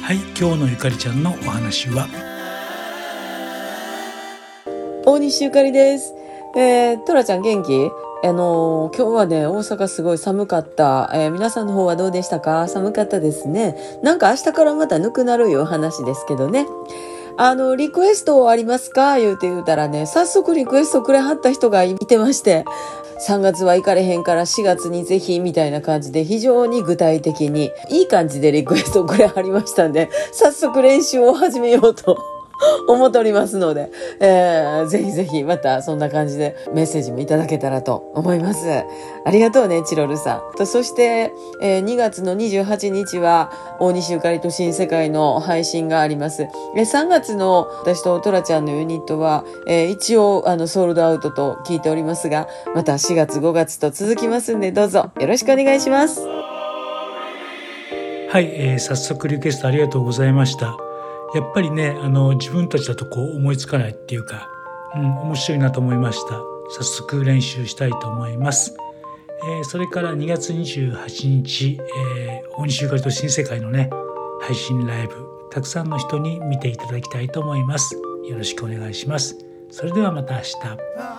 はい、今日のゆかりちゃんのお話は大西ゆかりです。トラちゃん元気？今日はね、大阪すごい寒かった。皆さんの方はどうでしたか？寒かったですね。なんか明日からまたぬくなるいう話ですけどね。リクエストありますか言うたらね、早速リクエストくれはった人がいてまして、3月は行かれへんから4月にぜひみたいな感じで非常に具体的にいい感じでリクエストくれはりましたんで、早速練習を始めようと思っておりますので、ぜひぜひまたそんな感じでメッセージもいただけたらと思います。ありがとうね、チロルさん。そして、2月の28日は大西ゆかりと新世界の配信があります。3月の私とトラちゃんのユニットは、一応ソールドアウトと聞いておりますが、また4月5月と続きますんで、どうぞよろしくお願いします。 はい、早速リクエストありがとうございました。やっぱりね、自分たちだと思いつかないっていうか、面白いなと思いました。早速練習したいと思います。それから2月28日、大西ゆかりと新世界のね、配信ライブ、たくさんの人に見ていただきたいと思います。よろしくお願いします。それではまた明日。